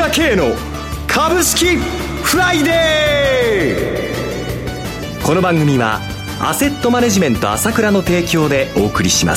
倉慶の株式フライデー。この番組はアセットマネジメント朝倉の提供でお送りします。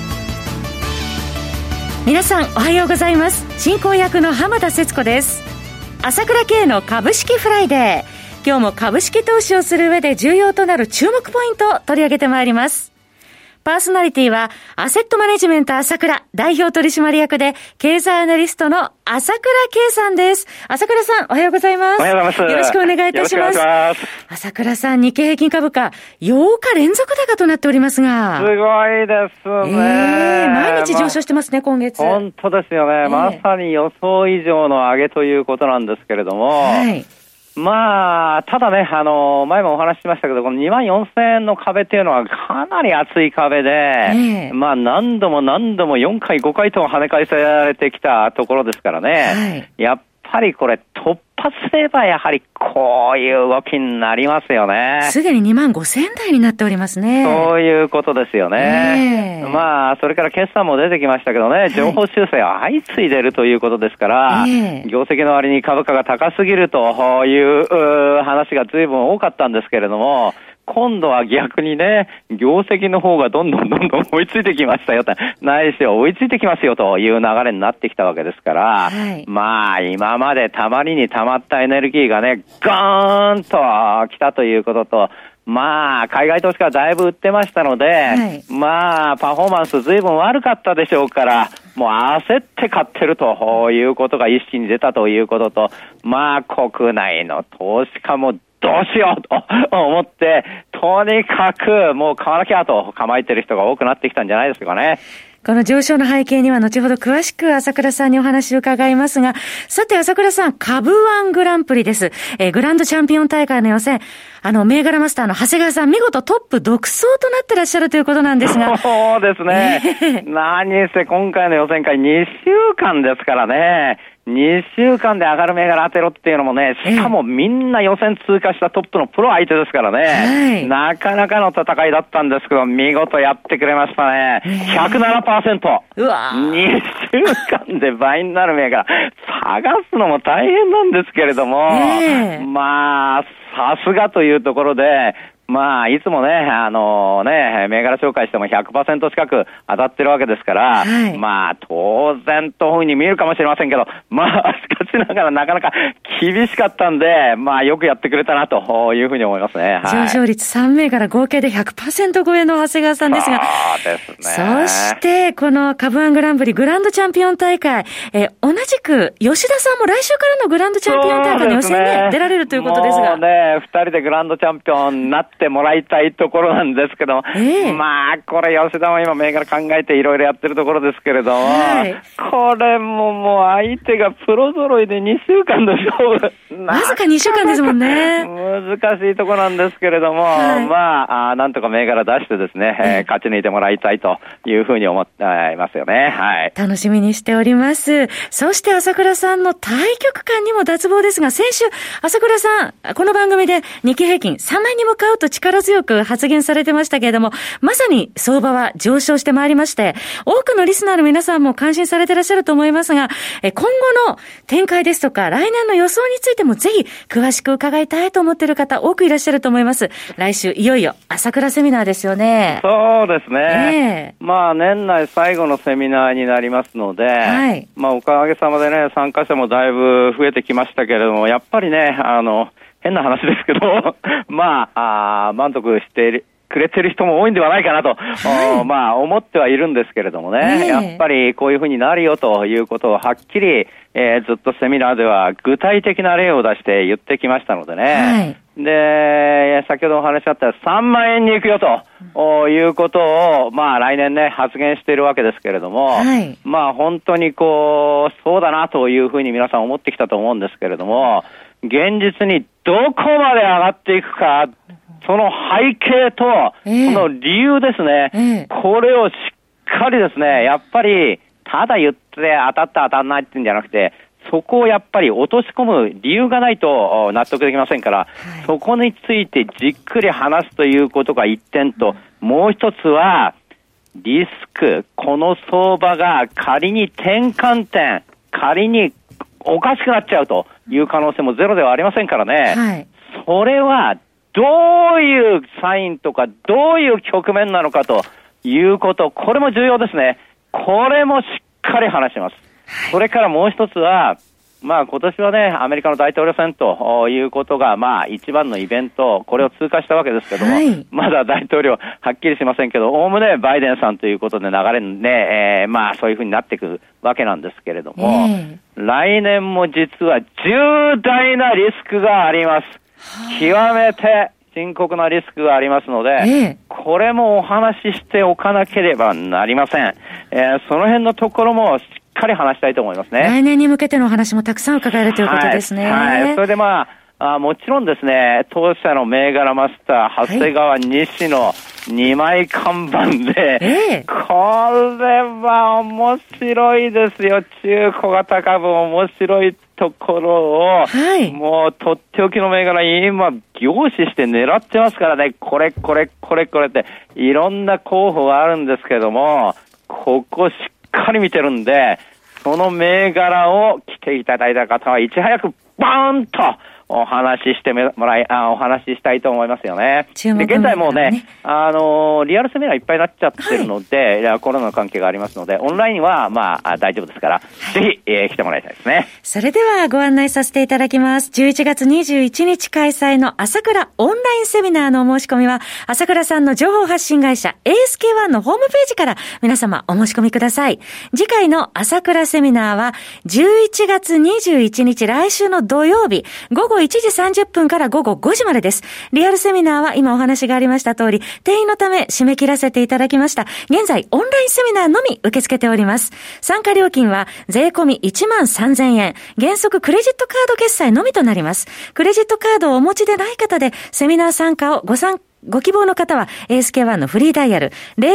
皆さんおはようございます。進行役の浜田節子です。朝倉慶の株式フライデー、今日も株式投資をする上で重要となる注目ポイントを取り上げてまいります。パーソナリティはアセットマネジメント朝倉代表取締役で経済アナリストの朝倉慶さんです。朝倉さんおはようございます。 おはようございます。 よろしくお願いいたします。朝倉さん、日経平均株価8日連続高となっておりますが、 すごいですね。 毎日上昇してますね、今月。 本当ですよね、まさに予想以上の上げということなんですけれども、 はい、 まあ、ただね、前もお話ししましたけど、この24,000円の壁っていうのはかなり厚い壁で、まあ何度も4回5回と跳ね返されてきたところですからね、はい、やっぱりこれ突破すればやはりこういう動きになりますよね。 すでに25,000円台になっておりますね。 そういうことですよね。まあ、それから決算も出てきましたけどね、情報修正は相次いでいるということですから、業績の割に株価が高すぎるという話が随分多かったんですけれども、今度は逆にね、業績の方がどんどん追いついてきましたよと、ないし追いついてきますよという流れになってきたわけですから、はい、まあ今までたまりにたまったエネルギーがね、ガーンと来たということと、まあ海外投資家はだいぶ売ってましたので、はい、まあパフォーマンス随分悪かったでしょうから、もう焦って買ってるということが一心に出たということと、まあ国内の投資家もどうしようと思って、とにかくもう買わなきゃと構えてる人が多くなってきたんじゃないですかね。 この上昇の背景には後ほど詳しく朝倉さんにお話を伺いますが、さて朝倉さん、株ワングランプリです。グランドチャンピオン大会の予選、銘柄マスターの長谷川さん、見事トップ独走となってらっしゃるということなんですが。 そうですね。何せ今回の予選会2週間ですからね。2週間で上がる銘柄当てろっていうのもね、しかもみんな予選通過したトップのプロ相手ですからね、なかなかの戦いだったんですけど、見事やってくれましたね。107%。 うわ 2週間で倍になる銘柄、探すのも大変なんですけれども、まあ、さすがというところで、まあ、いつもね、銘柄紹介しても 100% 近く当たってるわけですから、はい、まあ、当然というふうに見えるかもしれませんけど、まあ、しかしながらなかなか厳しかったんで、まあ、よくやってくれたなというふうに思いますね。 はい、上昇率3銘柄合計で 100% 超えの長谷川さんですが、 そうですそね。 して、この株ワングランプリグランドチャンピオン大会、同じく吉田さんも来週からのグランドチャンピオン大会の予選に出られるということですが。 もうね、2人でグランドチャンピオンになってもらいたいところなんですけど、まあこれ吉田も今銘柄考えていろいろやってるところですけれども、はい、これもう相手がプロ揃いで2週間の勝負、 わずか2週間ですもんね。 難しいところなんですけれども、はい、まあなんとか銘柄出してですね、勝ち抜いてもらいたいというふうに思っていますよね。はい。 楽しみにしております。そして朝倉さんの対局観にも脱帽ですが、先週朝倉さんこの番組で日経平均3万円に向かうと力強く発言されてましたけれども、まさに相場は上昇してまいりまして、多くのリスナーの皆さんも関心されていらっしゃると思いますが、今後の展開ですとか来年の予想についてもぜひ詳しく伺いたいと思っている方多くいらっしゃると思います。来週いよいよ朝倉セミナーですよね。 そうですね。まあ年内最後のセミナーになりますので、はい、まあおかげさまでね、参加者もだいぶ増えてきましたけれども、やっぱりね、変な話ですけど、まあ、満足してくれてる人も多いんではないかなと、まあ思ってはいるんですけれどもね、やっぱりこういうふうになるよということをはっきり、ずっとセミナーでは具体的な例を出して言ってきましたのでね、で、先ほどお話しあった3万円に行くよということを、まあ来年ね、発言しているわけですけれども、まあ本当にそうだなというふうに皆さん思ってきたと思うんですけれども、現実にどこまで上がっていくか、その背景と、その理由ですね、これをしっかりですね、やっぱり、ただ言って当たった当たんないってんじゃなくて、そこをやっぱり落とし込む理由がないと納得できませんから、そこについてじっくり話すということが一点と、もう一つは、リスク、この相場が仮に転換点、仮におかしくなっちゃうという可能性もゼロではありませんからね。 はい。 それは、どういうサインとか、どういう局面なのかということ、これも重要ですね。これもしっかり話します。それからもう一つは、まあ今年はね、アメリカの大統領選ということが、まあ一番のイベント、これを通過したわけですけども、はい、まだ大統領はっきりしませんけど、おおむねバイデンさんということで流れね、まあそういうふうになっていくわけなんですけれども、来年も実は重大なリスクがあります。極めて深刻なリスクがありますので、これもお話ししておかなければなりません。その辺のところもしっかり話したいと思いますね。 来年に向けてのお話もたくさん伺えるということですね。 はい。はい、それでまあ、もちろんですね、当社の銘柄マスター、長谷川西の2枚看板で、これは面白いですよ。中小型株面白いところを、はい、もうとっておきの銘柄今凝視して狙ってますからね、これっていろんな候補があるんですけども、ここしっかり見てるんで、その銘柄を来ていただいた方はいち早くバーンとお話ししてお話ししたいと思いますよね。で、現在もうね、リアルセミナーいっぱいになっちゃってるので、はい、コロナの関係がありますので、オンラインはまあ大丈夫ですから、はい、ぜひ、来てもらいたいですね。 それではご案内させていただきます。11月21日開催の朝倉オンラインセミナーのお申し込みは、朝倉さんの情報発信会社 ASK1 のホームページから皆様お申し込みください。次回の朝倉セミナーは11月21日来週の土曜日午後1時30分から午後5時までです。リアルセミナーは今お話がありました通り、定員のため締め切らせていただきました。現在オンラインセミナーのみ受け付けております。参加料金は税込み13,000円。原則クレジットカード決済のみとなります。クレジットカードをお持ちでない方でセミナー参加をご希望の方は ASK1 のフリーダイヤル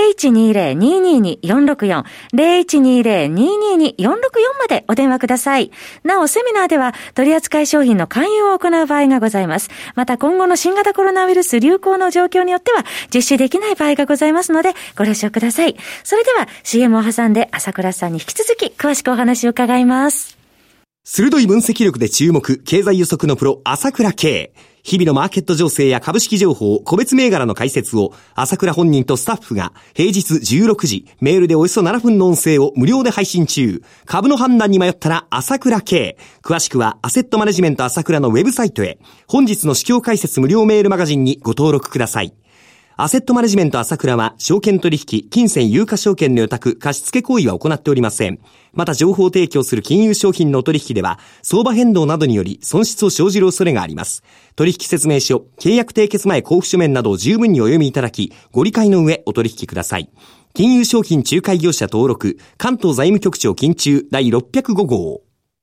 0120-222-464 0120-222-464 までお電話ください。なおセミナーでは取扱い商品の勧誘を行う場合がございます。また今後の新型コロナウイルス流行の状況によっては実施できない場合がございますのでご了承ください。それでは CM を挟んで朝倉さんに引き続き詳しくお話を伺います。 鋭い分析力で注目、経済予測のプロ朝倉慶。日々のマーケット情勢や株式情報、個別銘柄の解説を朝倉本人とスタッフが平日16時、メールでおよそ7分の音声を無料で配信中。株の判断に迷ったら朝倉慶。詳しくはアセットマネジメント朝倉のウェブサイトへ。本日の市況解説無料メールマガジンにご登録ください。アセットマネジメント朝倉は証券取引、金銭有価証券の予託、貸付行為は行っておりません。また情報提供する金融商品の取引では相場変動などにより損失を生じる恐れがあります。取引説明書、契約締結前交付書面などを十分にお読みいただき、ご理解の上お取引ください。金融商品仲介業者登録、関東財務局長金中第605号。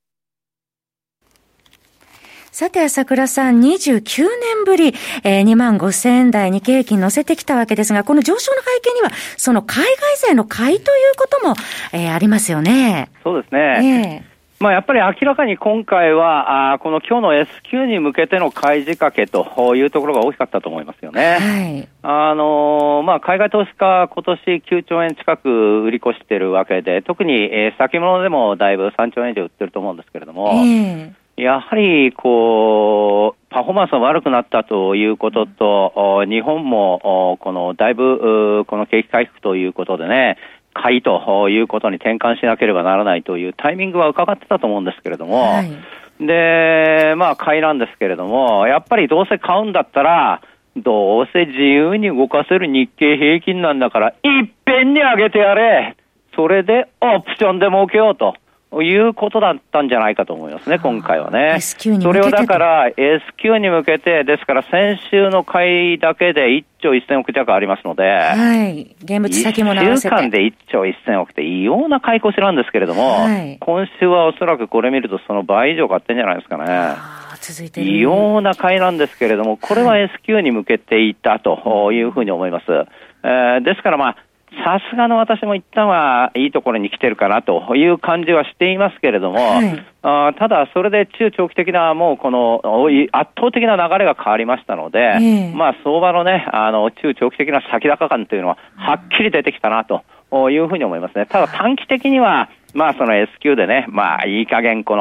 さて朝倉さん、29年ぶり、25,000円台に景気に乗せてきたわけですが、この上昇の背景にはその海外勢の買いということも、ありますよね。 そうですね。まあやっぱり明らかに今回はこの今日の S q に向けての買い仕掛けというところが大きかったと思いますよね。はい。まあ海外投資家今年9兆円近く売り越しているわけで、特に、先物でもだいぶ3兆円以上売ってると思うんですけれども。やはりパフォーマンスが悪くなったということと、日本もだいぶこの景気回復ということでね、買いということに転換しなければならないというタイミングは伺ってたと思うんですけれども、はい、で、まあ買いなんですけれども、やっぱりどうせ買うんだったら、どうせ自由に動かせる日経平均なんだから、いっぺんに上げてやれ。それでオプションで儲けようと。いうことだったんじゃないかと思いますね、今回はね。それをだから S q に向けて、ですから先週の買いだけで1兆1000億弱ありますので、はい。 現物先物合わせて。 1週間で1兆1000億って異様な買い越しなんですけれども、はい、今週はおそらくこれ見るとその倍以上買ってんじゃないですかね。 続いてる。 異様な買いなんですけれども、これは S q に向けていたというふうに思います。ですからまあ、さすがの私も一旦はいいところに来てるかなという感じはしていますけれども、はい、ただそれで中長期的なもうこの圧倒的な流れが変わりましたので、まあ相場のね、中長期的な先高感というのははっきり出てきたなというふうに思いますね。ただ短期的には、まあその S q でね、まあいい加減この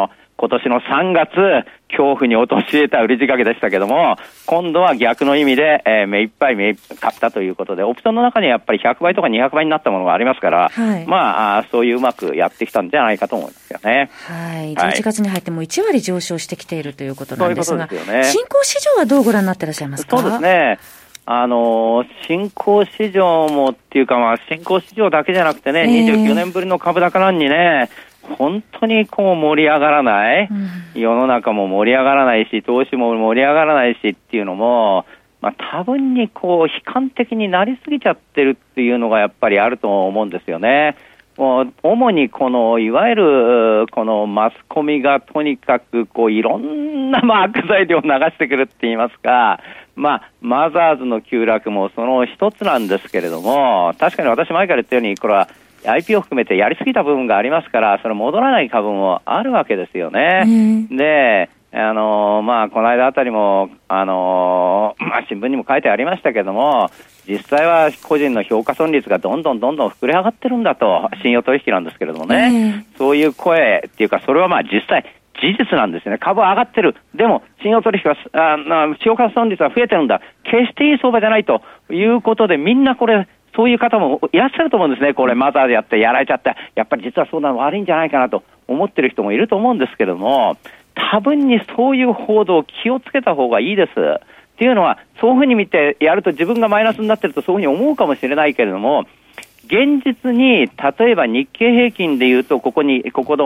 今年の3月、恐怖に陥れた売り仕掛けでしたけども、今度は逆の意味で、目いっぱい買ったということで、オプションの中にはやっぱり100倍とか200倍になったものがありますから、はい、まあ、そういううまくやってきたんじゃないかと思いますよね。 はい。11月に入っても1割上昇してきているということなんですが、そういうことですよね。新興市場はどうご覧になってらっしゃいますか？ そうですね。新興市場もっていうか、まあ、新興市場だけじゃなくてね、29年ぶりの株高なんにね、本当にこう盛り上がらない、世の中も盛り上がらないし、投資も盛り上がらないしっていうのも、まあ、多分にこう悲観的になりすぎちゃってるっていうのがやっぱりあると思うんですよね。もう主にこのいわゆるこのマスコミがとにかくこういろんな悪材料を流してくるって言いますか、まあマザーズの急落もその一つなんですけれども、確かに私前から言ったようにこれは IPO 含めてやりすぎた部分がありますから、それ戻らない株もあるわけですよね。で、まあこの間あたりもまあ新聞にも書いてありましたけども、実際は個人の評価損率がどんどん膨れ上がってるんだと、信用取引なんですけれどもね、そういう声っていうか、それはまあ実際事実なんですよね。株は上がってる。でも信用取引は評価損率は増えてるんだ。決していい相場じゃないということで、みんなこれそういう方もいらっしゃると思うんですね。これマザーでやってやられちゃって、やっぱり実はそうなの悪いんじゃないかなと思ってる人もいると思うんですけれども、多分にそういう報道を気をつけた方がいいです。っていうのは、そういうふうに見てやると自分がマイナスになってるとそういうふうに思うかもしれないけれども、現実に例えば日経平均でいうとここの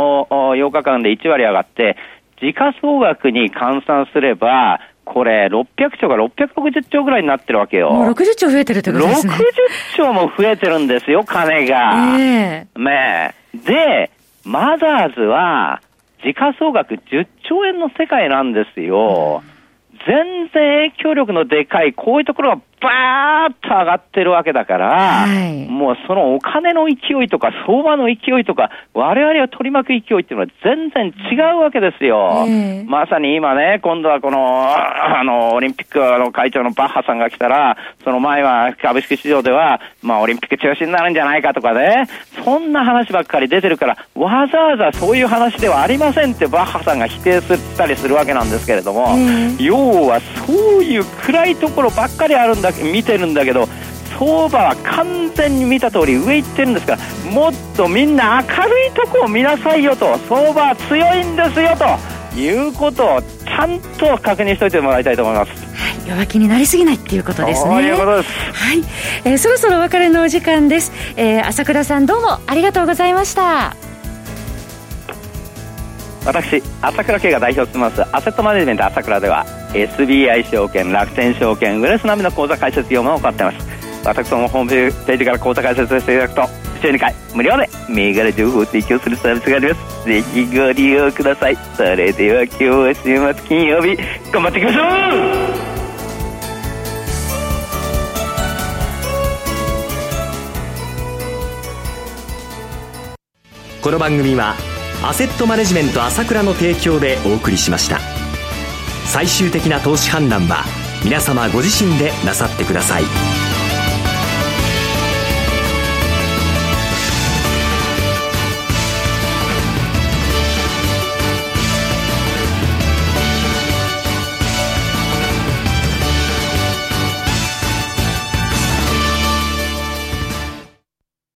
8日間で1割上がって、時価総額に換算すればこれ600兆が660兆ぐらいになってるわけよ。 もう60兆増えてるってことですね。 60兆も増えてるんですよ、金が。ねで、マザーズは時価総額10兆円の世界なんですよ。全然影響力のでかいこういうところがバーッと上がってるわけだから、もうそのお金の勢いとか相場の勢いとか我々が取り巻く勢いっていうのは全然違うわけですよ。まさに今ね、今度はこのオリンピックの会長のバッハさんが来たら、その前は株式市場ではまあオリンピック中止になるんじゃないかとかね、そんな話ばっかり出てるから、わざわざそういう話ではありませんってバッハさんが否定したりするわけなんですけれども、要はそういう暗いところばっかり見てるんだけど、相場は完全に見た通り上行ってるんですから、もっとみんな明るいとこを見なさいよと、相場は強いんですよということをちゃんと確認しておいてもらいたいと思います。 はい、弱気になりすぎないっていうことですね。 そういうことです。 はい、そろそろお別れのお時間です。朝倉さんどうもありがとうございました。 私、朝倉慶が代表を務めますアセットマネジメント朝倉では SBI 証券、楽天証券、ウレスナビの口座開設業務を行っています。私どもホームページから口座開設していただくと週2回無料で銘柄情報を提供するサービスがあります。ぜひご利用ください。それでは今日は週末金曜日頑張っていきましょう。 この番組はアセットマネジメント朝倉の提供でお送りしました。最終的な投資判断は皆様ご自身でなさってください。